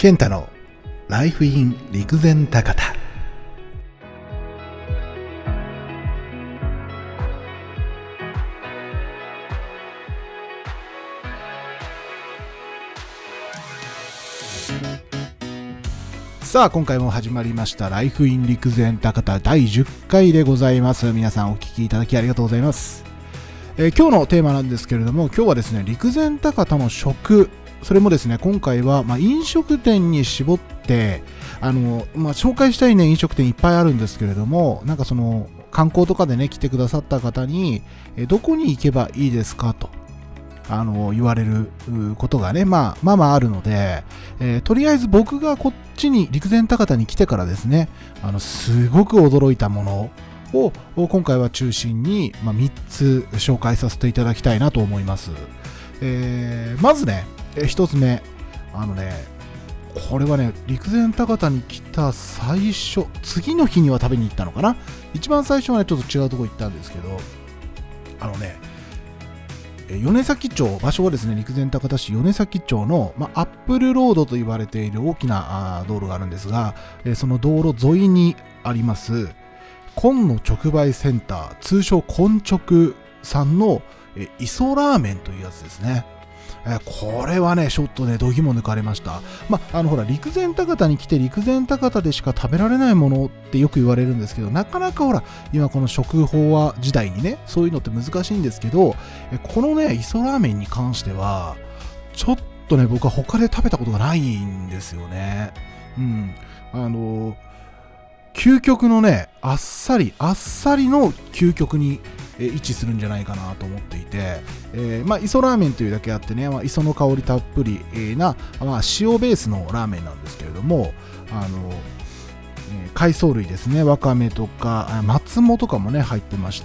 健太のライフイン陸前高田。さあ今回も始まりましたライフイン陸前高田第10回でございます。皆さんお聞きいただきありがとうございます。今日のテーマなんですけれども、今日はですね、陸前高田の食、それもですね、今回は飲食店に絞って紹介したいね飲食店いっぱいあるんですけれども、なんかその観光とかでね来てくださった方にどこに行けばいいですかと言われることがね、まああるので、とりあえず僕がこっちに陸前高田に来てからですね、すごく驚いたものを今回は中心に、3つ紹介させていただきたいなと思います。まずね、1つ目、これはね、陸前高田に来た最初、次の日には食べに行ったのかな。一番最初はね、ちょっと違うとこ行ったんですけど、米崎町、場所はですね、陸前高田市米崎町の、アップルロードと言われている大きな道路があるんですが、その道路沿いにあります今野直売センター、通称今直さんの磯ラーメンというやつですね。これはねちょっとね度肝抜かれました。ほら陸前高田に来て陸前高田でしか食べられないものってよく言われるんですけど、なかなかほら今この食飽和時代にねそういうのって難しいんですけど、このね磯ラーメンに関してはちょっとね僕は他で食べたことがないんですよね。究極のねあっさりの究極に位置するんじゃないかなと思っていて、磯ラーメンというだけあってね、磯の香りたっぷりな、塩ベースのラーメンなんですけれども、海藻類ですね、わかめとか松藻とかもね入ってまして、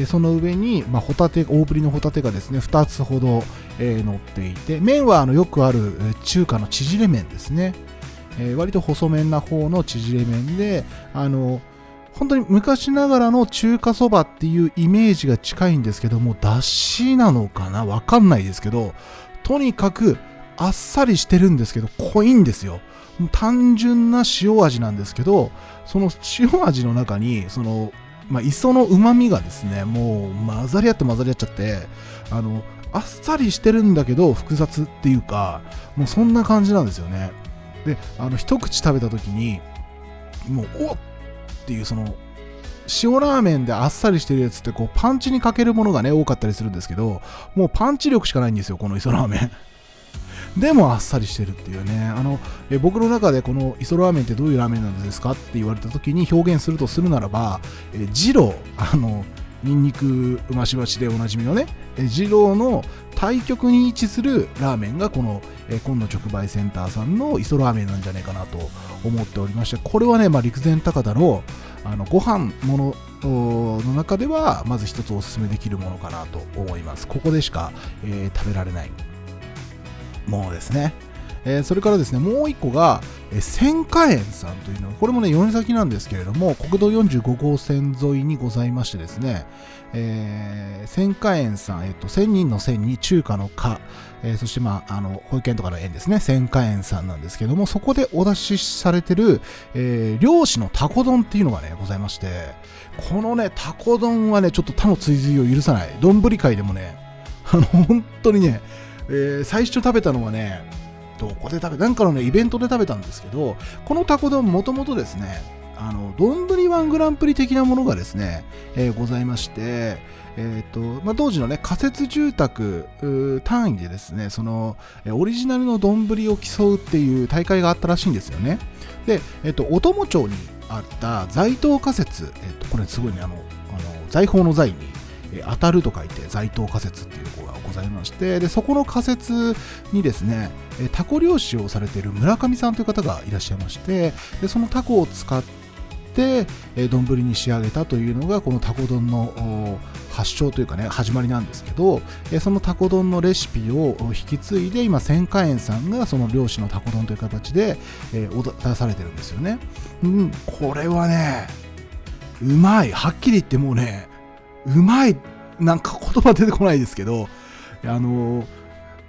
その上に、ホタテ、大ぶりのホタテがですね2つほど、乗っていて、麺はよくある中華の縮れ麺ですね。割と細麺な方の縮れ麺で、本当に昔ながらの中華そばっていうイメージが近いんですけども、だしなのかなわかんないですけど、とにかくあっさりしてるんですけど濃いんですよ。単純な塩味なんですけど、その塩味の中にその、磯の旨味がですねもう混ざり合っちゃって、あっさりしてるんだけど複雑っていうか、もうそんな感じなんですよね。で一口食べた時にもうおっっていう、その塩ラーメンであっさりしてるやつってこうパンチにかけるものがね多かったりするんですけど、もうパンチ力しかないんですよこの磯ラーメンでもあっさりしてるっていうね。僕の中でこの磯ラーメンってどういうラーメンなんですかって言われた時に表現するとするならば、二郎、ニンニクうましばしでおなじみのね二郎の対極に位置するラーメンがこの今野直売センターさんの磯ラーメンなんじゃないかなと思っておりまして、これはね、陸前高田のご飯ものの中ではまず一つおすすめできるものかなと思います。ここでしか、食べられないものですね。それからですね、もう一個が千華園さんというのは、これもね米崎なんですけれども、国道45号線沿いにございましてですね、千華園さん、千人の千に中華の華、そして保育園とかの園ですね、千華園さんなんですけども、そこでお出しされてる、漁師のタコ丼っていうのがねございまして、このねタコ丼はねちょっと他の追随を許さない。丼界でもね本当にね、最初食べたのはね、どこで食べなんかのねイベントで食べたんですけど、このタコ丼もともとですね丼ワングランプリ的なものがですね、ございまして、当時のね仮設住宅単位でですね、そのオリジナルの丼を競うっていう大会があったらしいんですよね。で、お供町にあった財東仮設、これすごいね財宝の財に当たると書いて財東仮設っていうところがございまして、でそこの仮設にですねタコ漁師をされている村上さんという方がいらっしゃいまして、でそのタコを使って丼に仕上げたというのがこのタコ丼の発祥というかね始まりなんですけど、そのタコ丼のレシピを引き継いで今千華園さんがその漁師のタコ丼という形で出されてるんですよね。これはねうまい、はっきり言ってもうねうまい、なんか言葉出てこないですけど、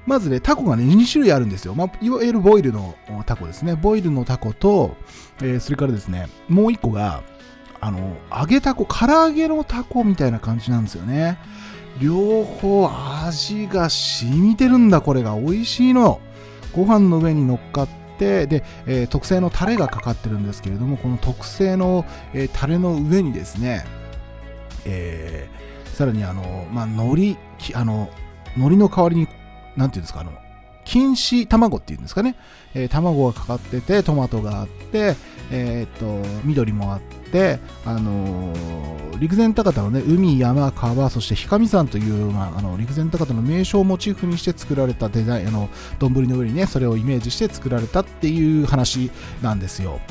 まずね、タコがね、2種類あるんですよ。いわゆるボイルのタコですね。ボイルのタコと、それからですね、もう1個が、揚げタコ、唐揚げのタコみたいな感じなんですよね。両方味が染みてるんだ、これが美味しいの。ご飯の上に乗っかって、で、特製のタレがかかってるんですけれども、この特製の、タレの上にですね、さらに海苔の代わりに、なんていうんですか、錦糸卵っていうんですかね、卵がかかってて、トマトがあって、緑もあって、陸前高田のね、海、山、川、そして氷上山という、陸前高田の名所をモチーフにして作られたデザイン、丼の上にね、それをイメージして作られたっていう話なんですよ。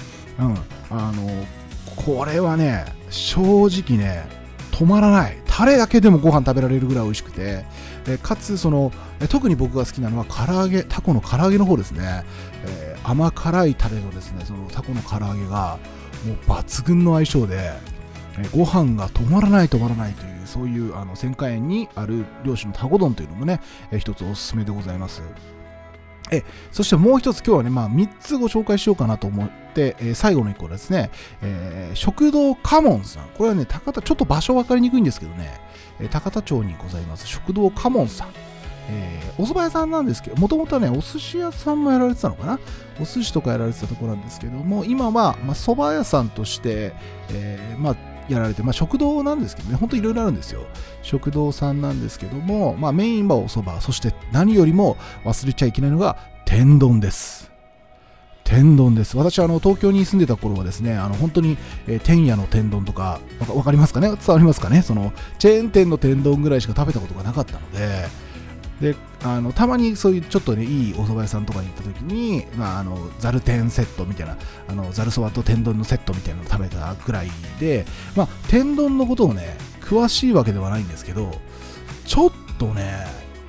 これはね、正直ね、止まらない。タレだけでもご飯食べられるぐらい美味しくて、かつ特に僕が好きなのはタコの唐揚げの方ですね。甘辛いタレのですね、そのタコの唐揚げがもう抜群の相性で、ご飯が止まらないという、そういう仙華園にある漁師のタコ丼というのもね、一つおすすめでございます。そしてもう一つ今日はね、3つご紹介しようかなと思って、最後の1個ですね、食堂カモンさん。これはね、ちょっと場所分かりにくいんですけどね、高田町にございます食堂カモンさん。お蕎麦屋さんなんですけど、もともとはね、お寿司屋さんもやられてたのかな、お寿司とかやられてたところなんですけども、今は、蕎麦屋さんとして、やられて、食堂なんですけどね、ほんといろいろあるんですよ。食堂さんなんですけども、メインはお蕎麦、そして何よりも忘れちゃいけないのが天丼です。天丼です。私東京に住んでた頃はですね、本当に、天屋の天丼とかわかりますかね、伝わりますかね、そのチェーン店の天丼ぐらいしか食べたことがなかったので、たまにそういうちょっとね、いいお蕎麦屋さんとかに行った時に、ざる天セットみたいな、ざるそばと天丼のセットみたいなのを食べたぐらいで、天丼のことをね、詳しいわけではないんですけど、ちょっとね、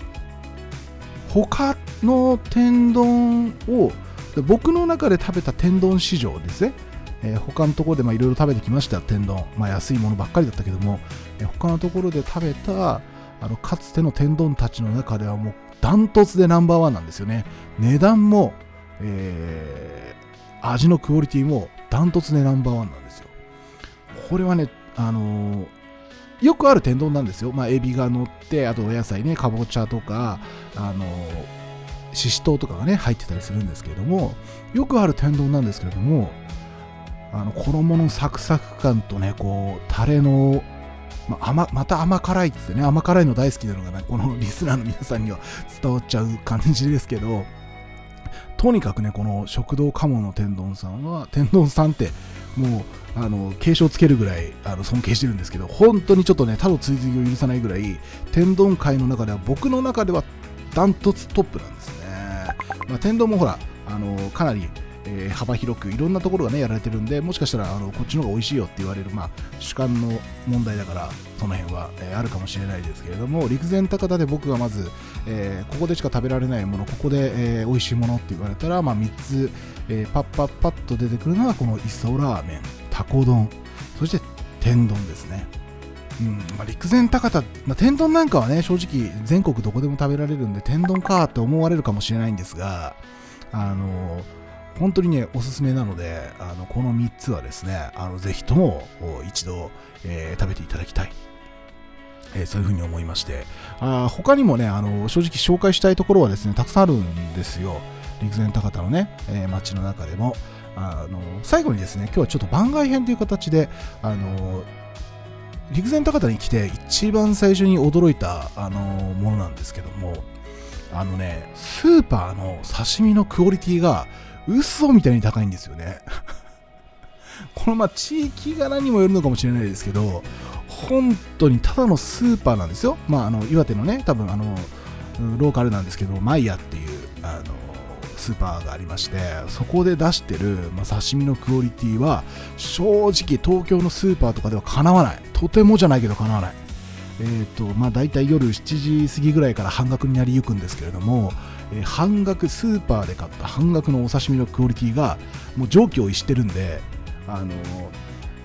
他の天丼を、僕の中で食べた天丼市場ですね、他のところでいろいろ食べてきました天丼、安いものばっかりだったけども、他のところで食べたかつての天丼たちの中ではもうダントツでナンバーワンなんですよね。値段も、味のクオリティもダントツでナンバーワンなんですよ。これはね、よくある天丼なんですよ。エビが乗って、あとお野菜ね、かぼちゃとかししとうとかがね入ってたりするんですけれども、よくある天丼なんですけれども、衣のサクサク感とね、こうタレのまた甘辛いっつってね、甘辛いの大好きなのがね、このリスナーの皆さんには伝わっちゃう感じですけど、とにかくね、この食堂カモの天丼さんは、天丼さんってもう継承つけるぐらい尊敬してるんですけど、本当にちょっとね、他の追随を許さないぐらい、天丼界の中では、僕の中ではダントツトップなんですね。天丼もほらかなり幅広くいろんなところがねやられてるんで、もしかしたらこっちの方が美味しいよって言われる、主観の問題だからその辺は、あるかもしれないですけれども、陸前高田で僕がまず、ここでしか食べられないもの、ここで、美味しいものって言われたら、3つ、パッと出てくるのがこの磯ラーメン、タコ丼、そして天丼ですね。陸前高田、天丼なんかはね、正直全国どこでも食べられるんで、天丼かって思われるかもしれないんですが、本当にねおすすめなので、この3つはですね、ぜひとも一度、食べていただきたい、そういうふうに思いまして、他にもね正直紹介したいところはですねたくさんあるんですよ、陸前高田のね、街の中でも。最後にですね、今日はちょっと番外編という形で陸前高田に来て一番最初に驚いたものなんですけども、スーパーの刺身のクオリティが嘘みたいに高いんですよね。この地域柄にもよるのかもしれないですけど、本当にただのスーパーなんですよ。岩手のね、多分ローカルなんですけど、マイヤっていうスーパーがありまして、そこで出してる、刺身のクオリティは正直東京のスーパーとかではかなわない。とてもじゃないけどかなわない。だいたい夜7時過ぎぐらいから半額になりゆくんですけれども、半額、スーパーで買った半額のお刺身のクオリティがもう常軌を逸してるんで、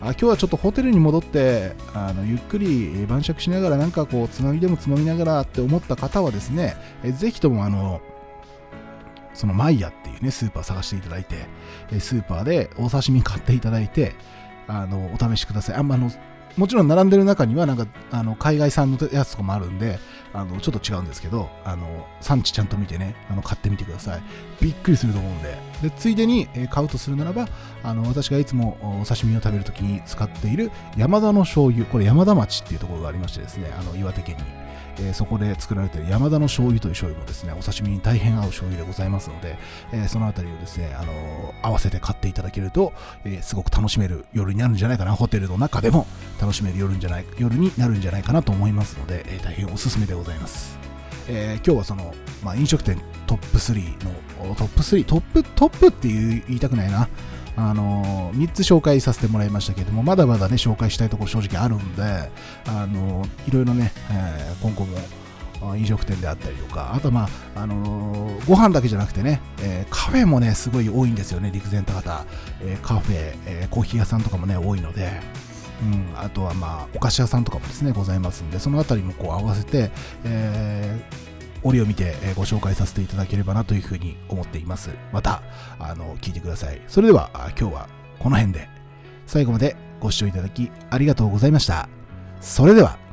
今日はちょっとホテルに戻ってゆっくり晩酌しながらなんかこうつまみでもつまみながらって思った方はですね、ぜひともそのマイヤっていうねスーパー探していただいて、スーパーでお刺身買っていただいてお試しください。もちろん並んでる中にはなんか海外産のやつとかもあるんでちょっと違うんですけど産地ちゃんと見てね買ってみてください。びっくりすると思うんで、ついでに買うとするならば私がいつもお刺身を食べるときに使っている山田の醤油、これ山田町っていうところがありましてですね、岩手県にそこで作られている山田の醤油という醤油もですねお刺身に大変合う醤油でございますので、そのあたりをですね合わせて買っていただけると、すごく楽しめる夜になるんじゃないかな、ホテルの中でも楽しめる夜になるんじゃないかなと思いますので、大変おすすめでございます。今日はその、飲食店トップ3のトップって言いたくないな、3つ紹介させてもらいましたけれども、まだまだね紹介したいところ正直あるんでいろいろね、今後も飲食店であったりとか、あとはご飯だけじゃなくてね、カフェもねすごい多いんですよね。陸前高田、カフェ、コーヒー屋さんとかもね多いので、あとはお菓子屋さんとかもですねございますんで、そのあたりもこう合わせて、折を見てご紹介させていただければなというふうに思っています。また聞いてください。それでは今日はこの辺で、最後までご視聴いただきありがとうございました。それでは